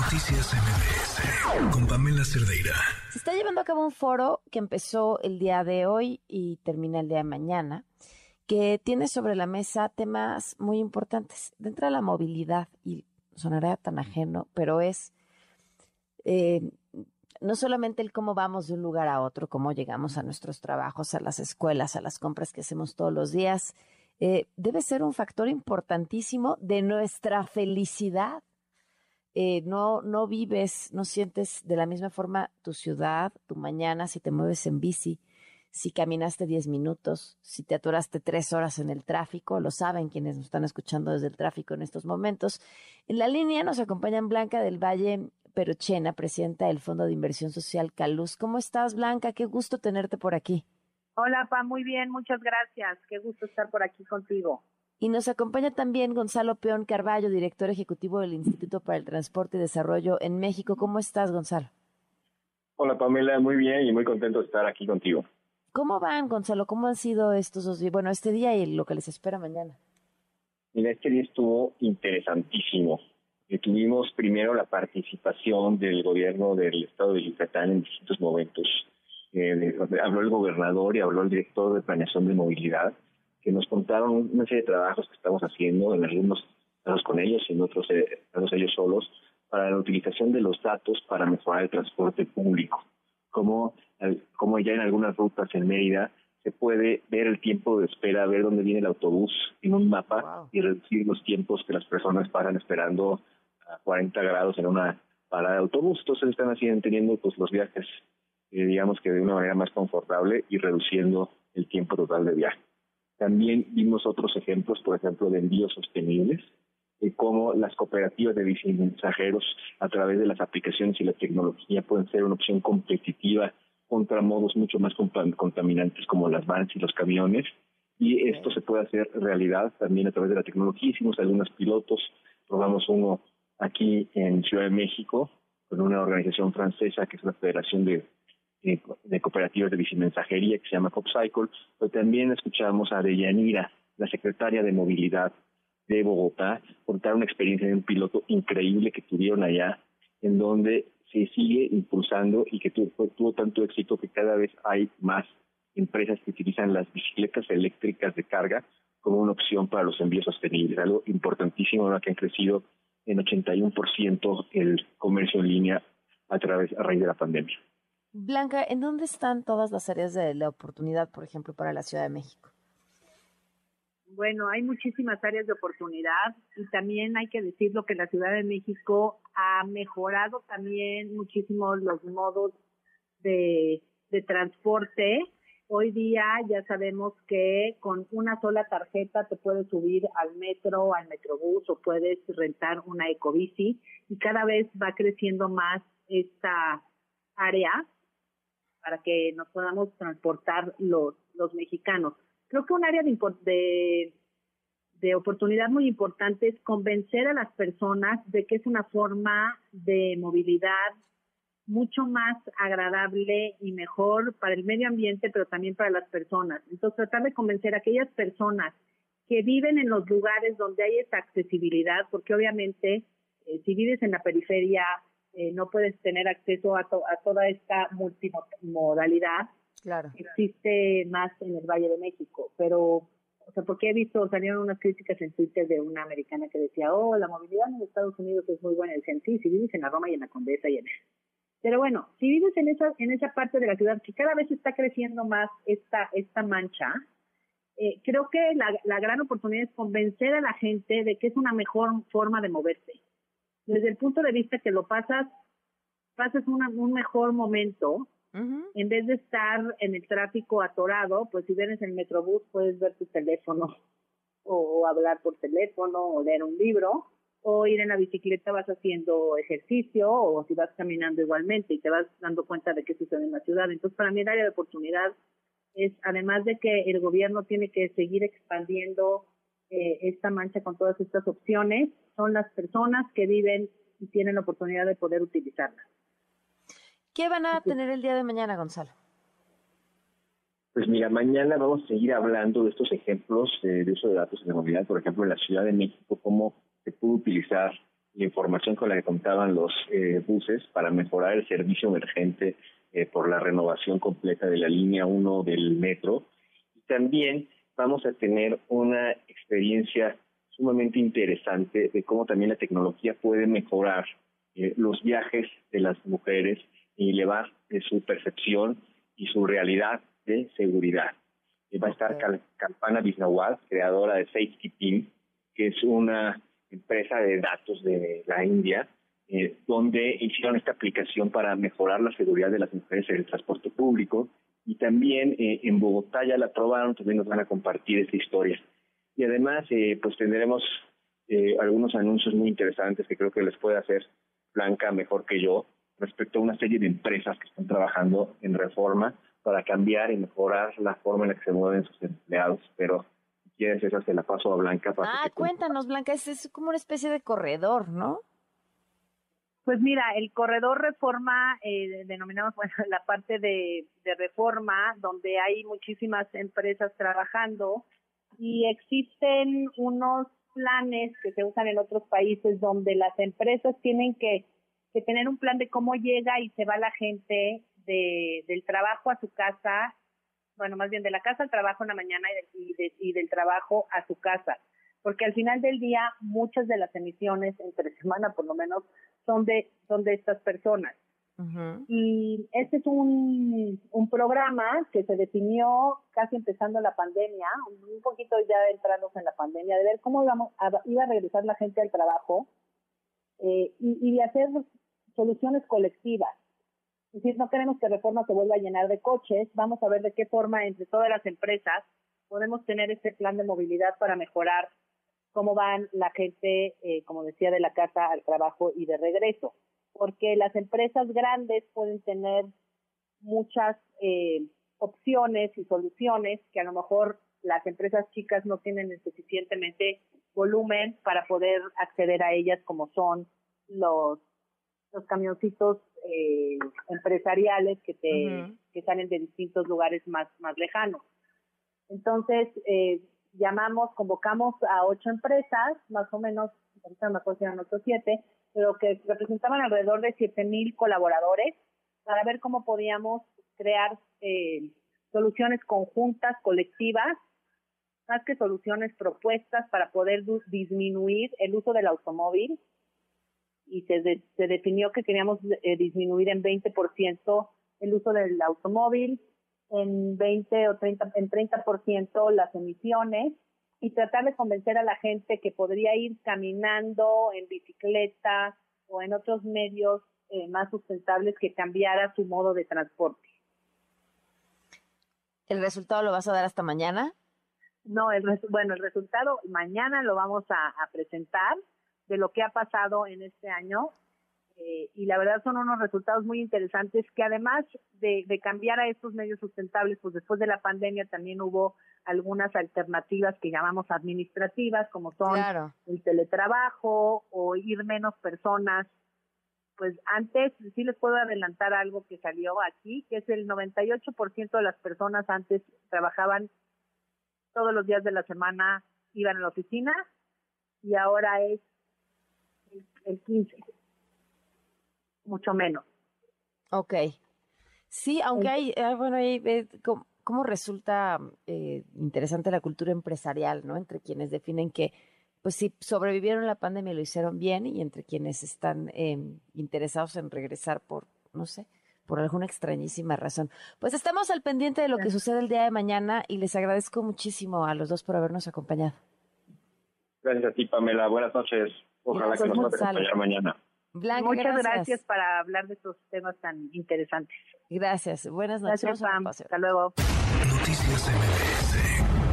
Noticias MBS con Pamela Cerdeira. Se está llevando a cabo un foro que empezó el día de hoy y termina el día de mañana, que tiene sobre la mesa temas muy importantes. De entrada, la movilidad, y sonará tan ajeno, pero es eh, no solamente el cómo vamos de un lugar a otro, cómo llegamos a nuestros trabajos, a las escuelas, a las compras que hacemos todos los días, debe ser un factor importantísimo de nuestra felicidad. No vives, no sientes de la misma forma tu ciudad, tu mañana, si te mueves en bici, si caminaste 10 minutos, si te atoraste 3 horas en el tráfico, lo saben quienes nos están escuchando desde el tráfico en estos momentos. En la línea nos acompañan Blanca del Valle Perochena, presidenta del Fondo de Inversión Social Caluz. ¿Cómo estás, Blanca? Qué gusto tenerte por aquí. Hola, Pa, muy bien, muchas gracias. Qué gusto estar por aquí contigo. Y nos acompaña también Gonzalo Peón Carballo, director ejecutivo del Instituto para el Transporte y Desarrollo en México. ¿Cómo estás, Gonzalo? Hola, Pamela, muy bien y muy contento de estar aquí contigo. ¿Cómo van, Gonzalo? ¿Cómo han sido estos 2 días? Bueno, este día y lo que les espera mañana. Mira, este día estuvo interesantísimo. Tuvimos primero la participación del gobierno del estado de Yucatán en distintos momentos. Habló el gobernador y habló el director de Planeación de Movilidad, que nos contaron una serie de trabajos que estamos haciendo, en algunos casos con ellos y en otros casos ellos solos, para la utilización de los datos para mejorar el transporte público. Como ya en algunas rutas en Mérida se puede ver el tiempo de espera, ver dónde viene el autobús en un mapa. Wow. Y reducir los tiempos que las personas pasan esperando a 40 grados en una parada de autobús. Entonces están teniendo pues los viajes, digamos que de una manera más confortable y reduciendo el tiempo total de viaje. También vimos otros ejemplos, por ejemplo, de envíos sostenibles, de cómo las cooperativas de bicimensajeros a través de las aplicaciones y la tecnología pueden ser una opción competitiva contra modos mucho más contaminantes como las vans y los camiones. Y esto se puede hacer realidad también a través de la tecnología. Hicimos algunos pilotos, probamos uno aquí en Ciudad de México con una organización francesa que es la Federación de cooperativas de bicimensajería que se llama CopCycle, pero también escuchamos a Deyanira, la secretaria de Movilidad de Bogotá, contar una experiencia de un piloto increíble que tuvieron allá, en donde se sigue impulsando y que tuvo tanto éxito que cada vez hay más empresas que utilizan las bicicletas eléctricas de carga como una opción para los envíos sostenibles, algo importantísimo ahora que han crecido en 81% el comercio en línea a raíz de la pandemia. Blanca, ¿en dónde están todas las áreas de la oportunidad, por ejemplo, para la Ciudad de México? Bueno, hay muchísimas áreas de oportunidad y también hay que decirlo que la Ciudad de México ha mejorado también muchísimo los modos de transporte. Hoy día ya sabemos que con una sola tarjeta te puedes subir al metro, al metrobús o puedes rentar una ecobici y cada vez va creciendo más esta área para que nos podamos transportar los mexicanos. Creo que un área de oportunidad muy importante es convencer a las personas de que es una forma de movilidad mucho más agradable y mejor para el medio ambiente, pero también para las personas. Entonces, tratar de convencer a aquellas personas que viven en los lugares donde hay esa accesibilidad, porque obviamente si vives en la periferia, no puedes tener acceso a toda esta multimodalidad. Claro. Existe más en el Valle de México, pero, o sea, porque salieron unas críticas en Twitter de una americana que decía, la movilidad en Estados Unidos es muy buena. Y decían, sí, si vives en la Roma y en la Condesa y en eso. Pero bueno, si vives en esa parte de la ciudad que cada vez está creciendo más esta mancha, creo que la gran oportunidad es convencer a la gente de que es una mejor forma de moverse. Desde el punto de vista que lo pasas un mejor momento. Uh-huh. En vez de estar en el tráfico atorado, pues si vienes en el metrobús puedes ver tu teléfono o hablar por teléfono o leer un libro, o ir en la bicicleta vas haciendo ejercicio o si vas caminando igualmente y te vas dando cuenta de qué sucede en la ciudad. Entonces, para mí el área de oportunidad es, además de que el gobierno tiene que seguir expandiendo esta mancha con todas estas opciones, son las personas que viven y tienen la oportunidad de poder utilizarlas. ¿Qué van a tener el día de mañana, Gonzalo? Pues mira, mañana vamos a seguir hablando de estos ejemplos de uso de datos en la movilidad, por ejemplo, en la Ciudad de México, cómo se puede utilizar la información con la que contaban los buses para mejorar el servicio emergente por la renovación completa de la línea 1 del metro. Y también vamos a tener una experiencia sumamente interesante de cómo también la tecnología puede mejorar los viajes de las mujeres y elevar su percepción y su realidad de seguridad. Va a estar Kalpana Bisnawal, creadora de Safety Team, que es una empresa de datos de la India, donde hicieron esta aplicación para mejorar la seguridad de las mujeres en el transporte público. Y también en Bogotá ya la probaron, también nos van a compartir esta historia. Y además, pues tendremos algunos anuncios muy interesantes que creo que les puede hacer Blanca mejor que yo, respecto a una serie de empresas que están trabajando en reforma para cambiar y mejorar la forma en la que se mueven sus empleados. Pero si quieres, esa se la paso a Blanca. Para cuéntanos, Blanca, es como una especie de corredor, ¿no? Pues mira, el corredor reforma, denominamos la parte de reforma, donde hay muchísimas empresas trabajando y existen unos planes que se usan en otros países donde las empresas tienen que tener un plan de cómo llega y se va la gente del trabajo a su casa, bueno, más bien de la casa al trabajo en la mañana y del trabajo a su casa. Porque al final del día muchas de las emisiones entre semana por lo menos son de estas personas. Uh-huh. Y este es un programa que se definió casi empezando la pandemia, un poquito ya entrando en la pandemia, de ver cómo iba a regresar la gente al trabajo y de hacer soluciones colectivas. Es decir, no queremos que Reforma se vuelva a llenar de coches, vamos a ver de qué forma entre todas las empresas podemos tener este plan de movilidad para mejorar cómo van la gente, como decía, de la casa al trabajo y de regreso. Porque las empresas grandes pueden tener muchas opciones y soluciones que a lo mejor las empresas chicas no tienen el suficientemente volumen para poder acceder a ellas, como son los camioncitos empresariales que salen de distintos lugares más lejanos. Entonces, convocamos a 8 empresas, más o menos, ahorita me acuerdo si eran 8 o 7, pero que representaban alrededor de 7,000 colaboradores, para ver cómo podíamos crear soluciones conjuntas, colectivas, más que soluciones propuestas para poder disminuir el uso del automóvil. Y se definió que queríamos disminuir en 20% el uso del automóvil, en 30% las emisiones, y tratar de convencer a la gente que podría ir caminando, en bicicleta o en otros medios más sustentables, que cambiara su modo de transporte. ¿El resultado lo vas a dar hasta mañana? No, el resultado mañana lo vamos a presentar de lo que ha pasado en este año. Y la verdad son unos resultados muy interesantes que, además de cambiar a estos medios sustentables, pues después de la pandemia también hubo algunas alternativas que llamamos administrativas, como son el teletrabajo o ir menos personas. Pues antes, sí les puedo adelantar algo que salió aquí, que es el 98% de las personas antes trabajaban todos los días de la semana, iban a la oficina, y ahora es el 15%. Mucho menos. Ok. Sí, aunque hay cómo resulta interesante la cultura empresarial, ¿no? Entre quienes definen que, pues si sobrevivieron la pandemia y lo hicieron bien, y entre quienes están interesados en regresar por alguna extrañísima razón. Pues estamos al pendiente de lo que sucede el día de mañana y les agradezco muchísimo a los dos por habernos acompañado. Gracias a ti, Pamela. Buenas noches. Ojalá que nos puedas acompañar mañana. Blanca, muchas gracias para hablar de estos temas tan interesantes. Gracias. Buenas noches. Gracias, Pam. Hasta luego. Noticias MBS.